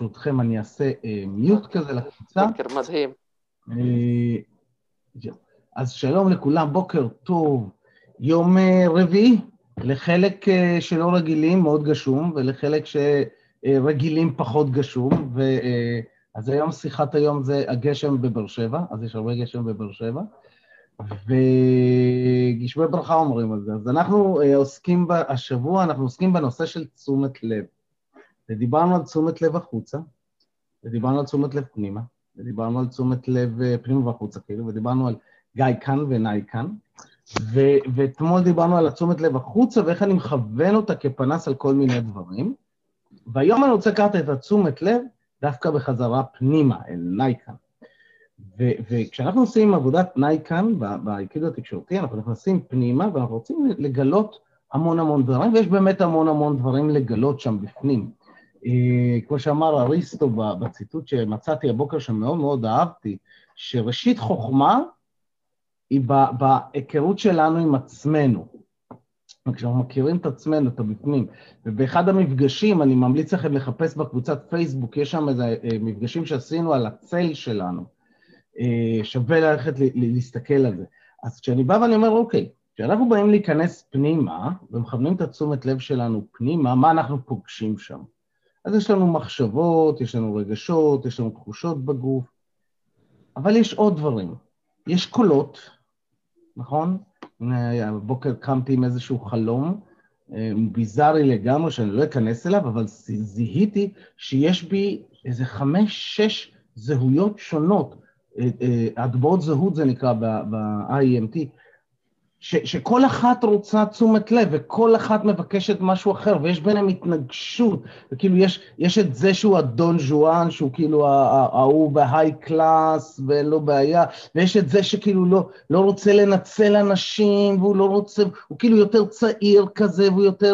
ברשותכם אני אעשה מיוט כזה לקבוצה. בוקר מדהים. אז שלום לכולם, בוקר טוב, יום רביעי, לחלק שלא רגילים מאוד גשום, ולחלק שרגילים פחות גשום, אז היום שיחת היום זה הגשם בבאר שבע, אז יש הרבה גשם בבאר שבע, וגשמי ברכה אומרים על זה. אז אנחנו עוסקים השבוע, אנחנו עוסקים בנושא של תשומת לב, ודיברנו על תשומת לב החוצה, ודיברנו על תשומת לב פנימה, ודיברנו על תשומת לב פנימה והחוצה, כאילו, ודיברנו על גיא כאן ונאי כאן, ואתמול דיברנו על תשומת לב החוצה, ואיך אני מכוון אותה כפנס על כל מיני דברים, והיום אני רוצה לקחת את התשומת לב דווקא בחזרה פנימה, אל נאי כאן. וכשאנחנו עושים עבודת נאי כאן, באיקידו התקשורתי, אנחנו נכנסים פנימה, ואנחנו רוצים לגלות המון דברים, ויש באמת המון דברים לגלות שם בפנים. כמו שאמר אריסטו בציטוט שמצאתי הבוקר שמאוד מאוד אהבתי, שראשית חוכמה היא בהיכרות שלנו עם עצמנו. כשאנחנו מכירים את עצמנו, את הבפנים, ובאחד המפגשים, אני ממליץ לכם לחפש בקבוצת פייסבוק, יש שם איזה מפגשים שעשינו על הצל שלנו, שווה ללכת להסתכל על זה. אז כשאני בא ואני אומר, אוקיי, כשאנחנו באים להיכנס פנימה, ומכוונים את התשומת לב שלנו פנימה, מה אנחנו פוגשים שם? אז יש לנו מחשבות, יש לנו רגשות, יש לנו תחושות בגוף, אבל יש עוד דברים. יש קולות, נכון? בבוקר קמתי עם איזשהו חלום, ביזארי לגמרי, שאני לא אכנס אליו, אבל זיהיתי שיש בי איזה 5-6 זהויות שונות, הטבעות זהות זה נקרא ב-IEMT, שכל אחת רוצה תשומת לב, וכל אחת מבקשת משהו אחר, ויש ביניהם התנגשות, וכאילו יש את זה שהוא הדון ז'ואן, שהוא כאילו ההוא בהיי קלאס, ואין לו בעיה, ויש את זה שכאילו לא רוצה לנצל אנשים, והוא לא רוצה, הוא כאילו יותר צעיר כזה, והוא יותר,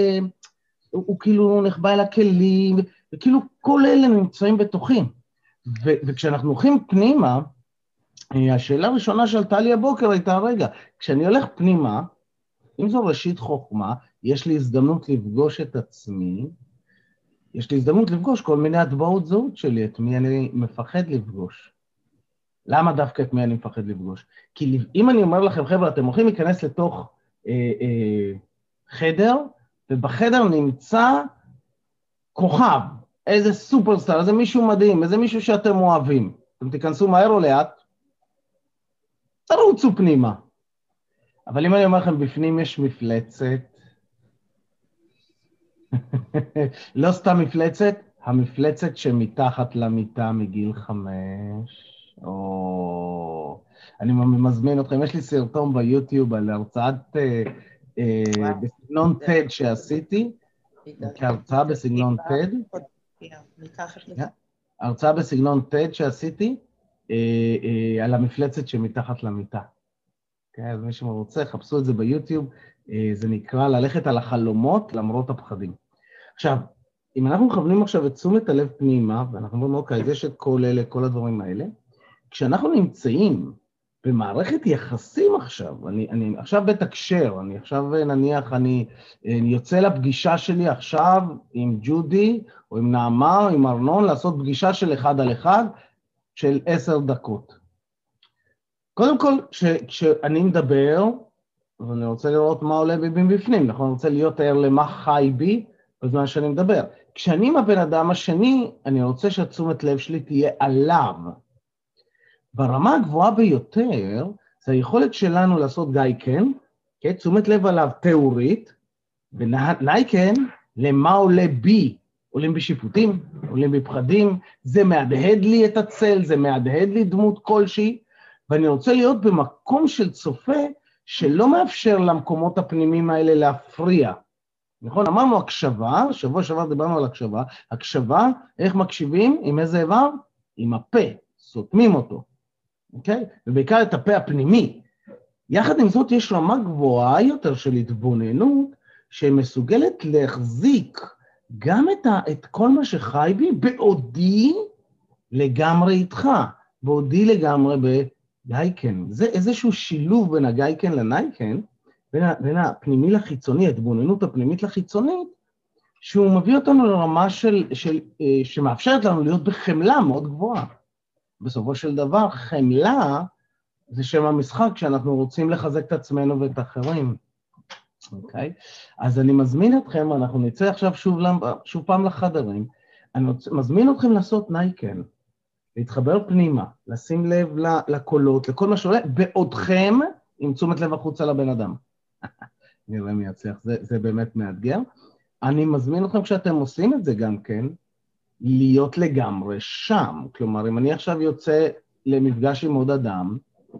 הוא כאילו נחבא אל הכלים, וכאילו כל אלה נמצאים בתוכים. וכשאנחנו הולכים פנימה, השאלה הראשונה שעלתה לי הבוקר הייתה, רגע, כשאני הולך פנימה, אם זו ראשית חוכמה, יש לי הזדמנות לפגוש את עצמי, יש לי הזדמנות לפגוש כל מיני הטבעות זהות שלי, את מי אני מפחד לפגוש. למה דווקא את מי אני מפחד לפגוש? כי אם אני אומר לכם, חבר'ה, אתם הולכים להיכנס לתוך חדר, ובחדר נמצא כוכב, איזה סופרסטאר, איזה מישהו מדהים, איזה מישהו שאתם אוהבים. אתם תיכנסו מהר או לאט, תרוצו פנימה. אבל אם אני אומר לכם, בפנים יש מפלצת, לא סתם מפלצת, המפלצת שמתחת למיטה מגיל 5, אני מזמין אתכם, יש לי סרטון ביוטיוב על הרצאת בסגנון TED שעשיתי, כהרצאה בסגנון TED, הרצאה בסגנון TED שעשיתי, על המפלצת שמתחת למיטה. אז מי שרוצה, חפשו את זה ביוטיוב, זה נקרא ללכת על החלומות למרות הפחדים. עכשיו, אם אנחנו מכוונים עכשיו את תשומת הלב פנימה, ואנחנו אומרים, אוקיי, אז יש את כל אלה, כל הדברים האלה, כשאנחנו נמצאים במערכת יחסים עכשיו, אני עכשיו בתקשר, אני עכשיו נניח, אני יוצא לפגישה שלי עכשיו עם ג'ודי, או עם נעמה, או עם ארנון, לעשות פגישה של 1 על 1, של 10 דקות. קודם כל, כשאני מדבר, ואני רוצה לראות מה עולה בי בפנים, נכון? אני רוצה להיות ער למה חי בי בזמן שאני מדבר. כשאני עם הבן אדם השני, אני רוצה שהתשומת לב שלי תהיה עליו. ברמה הגבוהה ביותר, זה היכולת שלנו לעשות גיא כן, תשומת לב עליו תיאורית, ונאי כן, למה עולה בי, עולים בשיפוטים, עולים בפחדים, זה מהדהד לי את הצל, זה מהדהד לי דמות כלשהי, ואני רוצה להיות במקום של צופה שלא מאפשר למקומות הפנימיים האלה להפריע. נכון? אמרנו הקשבה, שבוע שעבר דיברנו על הקשבה, הקשבה, איך מקשיבים? עם איזה איבר? עם הפה, סותמים אותו, אוקיי? ובעיקר את הפה הפנימי. יחד עם זאת יש רמה גבוהה יותר של התבוננות, שמסוגלת להחזיק גם את כל מה שחי בי, בעודי לגמרי איתך, בעודי לגמרי בגייקן. זה איזשהו שילוב בין הגייקן לנייקן, בין הפנימי לחיצוני, התבוננות הפנימית לחיצונית, שהוא מביא אותנו לרמה שמאפשרת לנו להיות בחמלה מאוד גבוהה. בסופו של דבר, חמלה זה שם המשחק שאנחנו רוצים לחזק את עצמנו ואת האחרים. אוקיי? אז אני מזמין אתכם, אנחנו נצא עכשיו שוב פעם לחדרים, אני מזמין אתכם לעשות נייקן, להתחבר פנימה, לשים לב לקולות, לכל מה שעולה, בעודכם עם תשומת לב החוצה לבן אדם. נראה מי יצליח, זה באמת מאתגר. אני מזמין אתכם כשאתם עושים את זה גם כן, להיות לגמרי שם. כלומר, אם אני עכשיו יוצא למפגש עם עוד אדם,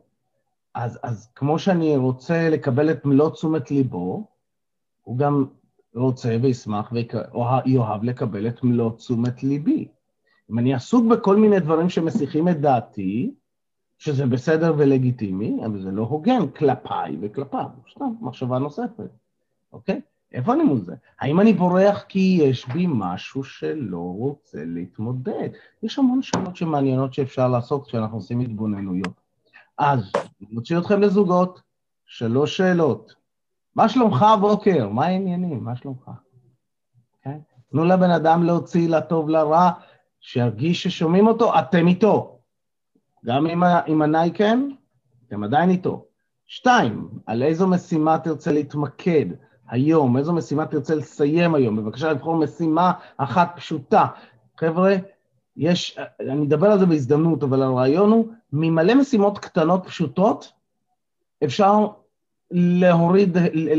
אז כמו שאני רוצה לקבל את מלוא תשומת ליבו, הוא גם רוצה וישמח או יאהב לקבל את מלוא תשומת ליבי. אם אני עסוק בכל מיני דברים שמסיחים את דעתי, שזה בסדר ולגיטימי, אבל זה לא הוגן כלפיי וכלפיו. סתם, מחשבה נוספת. אוקיי? איפה אני מול זה? האם אני בורח כי יש בי משהו שלא רוצה להתמודד? יש המון שאלות שמעניינות שאפשר לעשות כשאנחנו עושים התבוננויות. אז, נוציא אתכם לזוגות, 3 שאלות. מה שלומך בוקר? מה העניינים? מה שלומך? Okay? תנו לבן אדם להוציא לטוב לרע, שירגיש ששומעים אותו, אתם איתו. גם עם הנייקן, אתם עדיין איתו. 2, על איזו משימה תרצה להתמקד היום, איזו משימה תרצה לסיים היום, בבקשה לבחור משימה אחת פשוטה. חבר'ה, אני אדבר על זה בהזדמנות, אבל הרעיון הוא, ממלא משימות קטנות פשוטות, אפשר להוריד,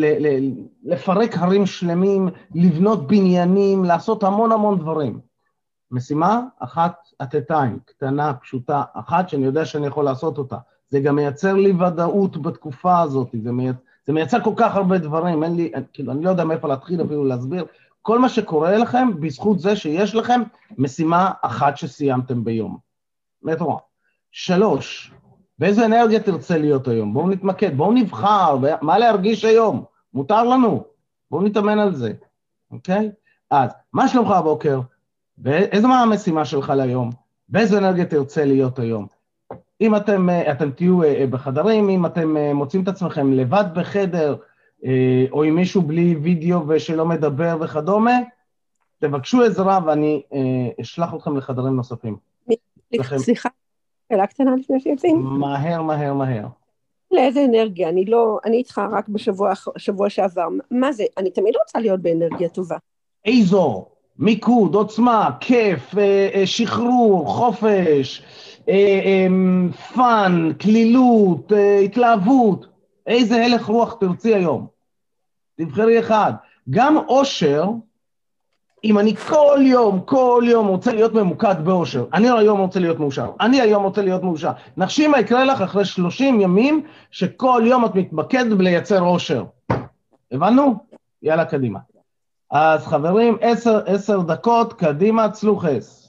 לפרק הרים שלמים, לבנות בניינים, לעשות המון דברים. משימה אחת at a time, קטנה, פשוטה, אחת שאני יודע שאני יכול לעשות אותה. זה גם מייצר לי ודאות בתקופה הזאת, זה מייצר כל כך הרבה דברים, אני לא יודע מאיפה להתחיל אפילו להסביר, כל מה שקורה לכם בזכות זה שיש לכם משימה אחת שסיימתם ביום. מטורף. 3, באיזו אנרגיה תרצה להיות היום? בואו נתמקד, בואו נבחר, מה להרגיש היום? מותר לנו, בואו נתאמן על זה, אוקיי? אז, מה שלומך הבוקר? איזו מה המשימה שלך להיום? באיזו אנרגיה תרצה להיות היום? אם אתם תהיו בחדרים, אם אתם מוצאים את עצמכם לבד בחדר, או עם מישהו בלי וידאו ושלא מדבר וכדומה, תבקשו עזרה ואני אשלח אתכם לחדרים נוספים. סליחה, שאלה קטנה לפני שיוצאים? מהר. לאיזה אנרגיה? אני איתך רק בשבוע שעבר. מה זה? אני תמיד רוצה להיות באנרגיה טובה. איזו, מיקוד, עוצמה, כיף, שחרור, חופש, פן, כלילות, התלהבות. איזה הלך רוח תרצי היום? תבחרי אחד. גם אושר, אם אני כל יום רוצה להיות ממוקד באושר, אני היום רוצה להיות מאושר, נחשי מה יקרה לך אחרי 30 ימים, שכל יום את מתמקד בלייצר אושר. הבנו? יאללה, קדימה. אז חברים, 10 דקות, קדימה, צלוחס.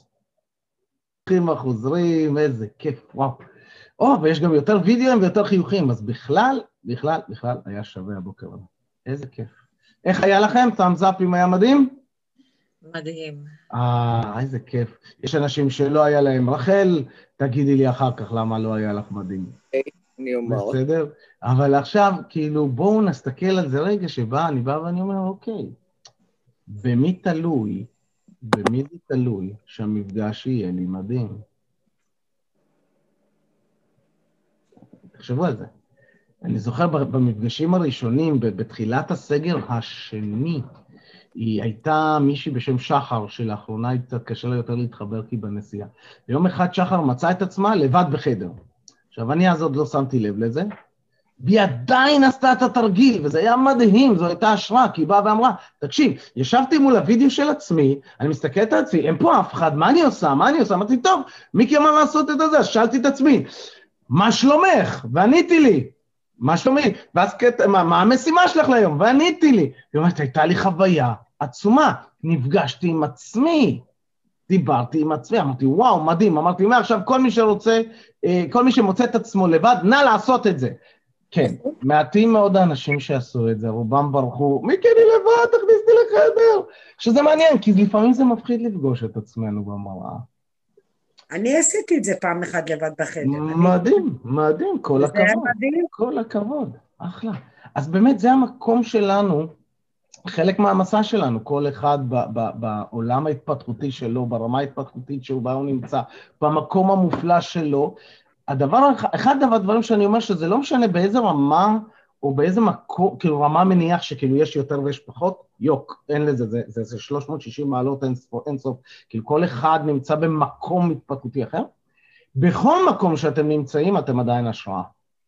חוזרים, איזה כיף, וואו. ויש גם יותר וידאוים ויותר חיוכים, אז בכלל היה שווה הבוקר. איזה כיף. איך היה לכם? thumbs up אם היה מדהים? מדהים. איזה כיף. יש אנשים שלא היה להם. רחל, תגידי לי אחר כך למה לא היה לך מדהים. אני אומר. בסדר? אבל עכשיו, כאילו, בואו נסתכל על זה רגע שבה, אני בא ואני אומר, אוקיי, במי זה תלוי שהמפגש יהיה לי מדהים? תחשבו על זה. אני זוכר במפגשים הראשונים, בתחילת הסגר השני, היא הייתה מישהי בשם שחר, שלאחרונה היא קצת קשה לה יותר להתחבר כי בנסיעה. ביום אחד שחר מצא את עצמה לבד בחדר. עכשיו, אני אז עוד לא שמתי לב לזה, והיא עדיין עשתה את התרגיל, וזה היה מדהים, זו הייתה השראה, כי היא באה ואמרה, תקשיב, ישבתי מול הוידאו של עצמי, אני מסתכלת על עצמי, אין פה אף אחד, מה אני עושה? אמרתי, טוב, מיקי אמר לעשות את זה, אז שאלתי את עצמי, מה שלומך? ועניתי לי, מה שלומי? ואז מה המשימה שלך להיום? ועניתי לי. היא אומרת, הייתה לי חוויה עצומה, נפגשתי עם עצמי, דיברתי עם עצמי, אמרתי, וואו, מדהים, אמרתי, מעכשיו כל מי שמוצא את עצמו לבד, נא לעשות את זה. כן, מעטים מאוד האנשים שעשו את זה, רובם ברחו, מיקי אני לבד, תכניסתי לחדר, שזה מעניין, כי לפעמים זה מפחיד לפגוש את עצמנו במראה. אני עשיתי את זה פעם אחת לבד בחדר. מדהים, כל הכבוד. כל הכבוד, אחלה. אז באמת זה המקום שלנו חלק מהמסע שלנו, כל אחד בעולם ההתפתחותי שלו, ברמה ההתפתחותית שבה הוא נמצא, במקום המופלא שלו. אחד הדברים שאני אומר שזה לא משנה באיזה רמה, או באיזה מקום, כאילו רמה מניח שכאילו יש יותר ויש פחות, יוק, אין לזה, זה 360 מעלות אין סוף, כאילו כל אחד נמצא במקום התפתחותי אחר. בכל מקום שאתם נמצאים, אתם עדיין השראה.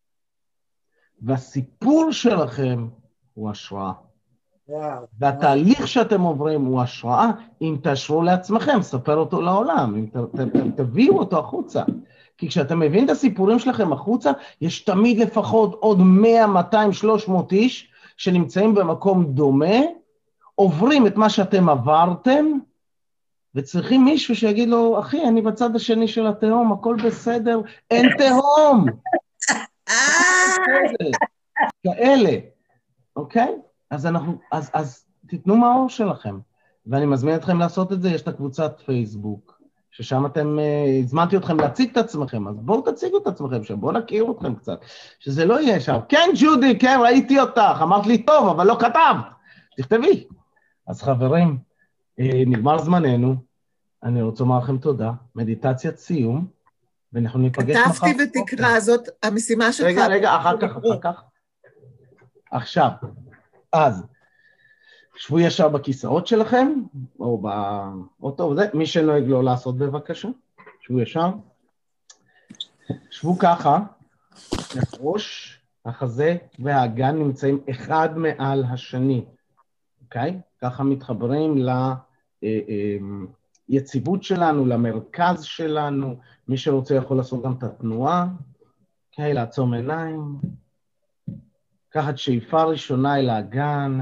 והסיפור שלכם הוא השראה. והתהליך שאתם עוברים הוא השראה, אם תאשרו לעצמכם, ספר אותו לעולם, אם תביאו אותו החוצה. כי כשאתם מביאים את הסיפורים שלכם החוצה, יש תמיד לפחות עוד 100, 200, 300 איש שנמצאים במקום דומה, עוברים את מה שאתם עברתם, וצריכים מישהו שיגיד לו, אחי, אני בצד השני של התהום, הכל בסדר, אין תהום. כאלה, אוקיי? אז תיתנו מהאור שלכם, ואני מזמין אתכם לעשות את זה, יש את הקבוצת פייסבוק, ששם הזמנתי אתכם להציג את עצמכם, אז בואו תציגו את עצמכם שם, בואו נכיר אתכם קצת, שזה לא יהיה שם, כן ג'ודי, כן, ראיתי אותך, אמרת לי טוב, אבל לא כתבת, תכתבי. אז חברים, נגמר זמננו, אני רוצה לומר לכם תודה, מדיטציית סיום, ואנחנו ניפגש מחר. כתבתי ותקרא, זאת המשימה שלך. רגע, אחר כך. עכשיו, אז, שבו ישר בכיסאות שלכם, או באוטו, מי שנוהג לא לעשות בבקשה, שבו ישר. שבו ככה, הראש, החזה והאגן נמצאים אחד מעל השני, אוקיי? ככה מתחברים ליציבות שלנו, למרכז שלנו, מי שרוצה יכול לעשות גם את התנועה, אוקיי, לעצום עיניים, לקחת שאיפה ראשונה אל האגן,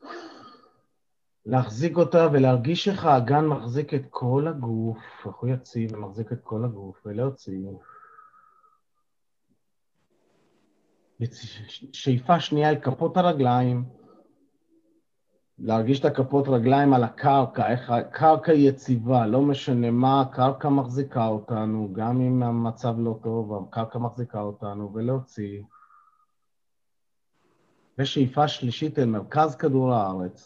להחזיק אותה ולהרגיש איך האגן מחזיק את כל הגוף, איך הוא יציב ומחזיק את כל הגוף, ולהוציא. שאיפה שנייה אל כפות הרגליים, להרגיש את הכפות רגליים על הקרקע, איך הקרקע יציבה, לא משנה מה, הקרקע מחזיקה אותנו, גם אם המצב לא טוב, הקרקע מחזיקה אותנו, ולהוציא. ושאיפה שלישית אל מרכז כדור הארץ.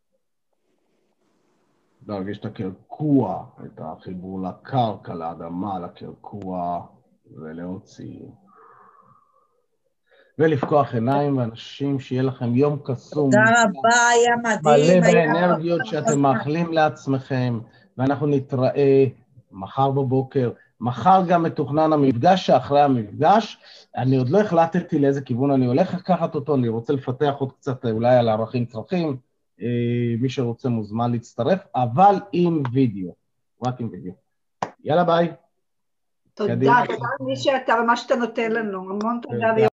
להרגיש את הקרקוע, את החיבור לקרקע, לאדמה, לקרקוע, ולהוציא. ולפקוח עיניים, ואנשים שיהיה לכם יום קסום. תודה רבה, היה מדהים. מלא באנרגיות שאתם מאחלים לעצמכם, ואנחנו נתראה מחר בבוקר. מחר גם מתוכנן המפגש שאחרי המפגש, אני עוד לא החלטתי לאיזה כיוון אני הולך לקחת אותו, אני רוצה לפתח עוד קצת אולי על ערכים צרכים, מי שרוצה מוזמן להצטרף, אבל עם וידאו, רק עם וידאו. יאללה ביי. תודה, תודה מי שאתה ומה שאתה נותן לנו, המון תודה.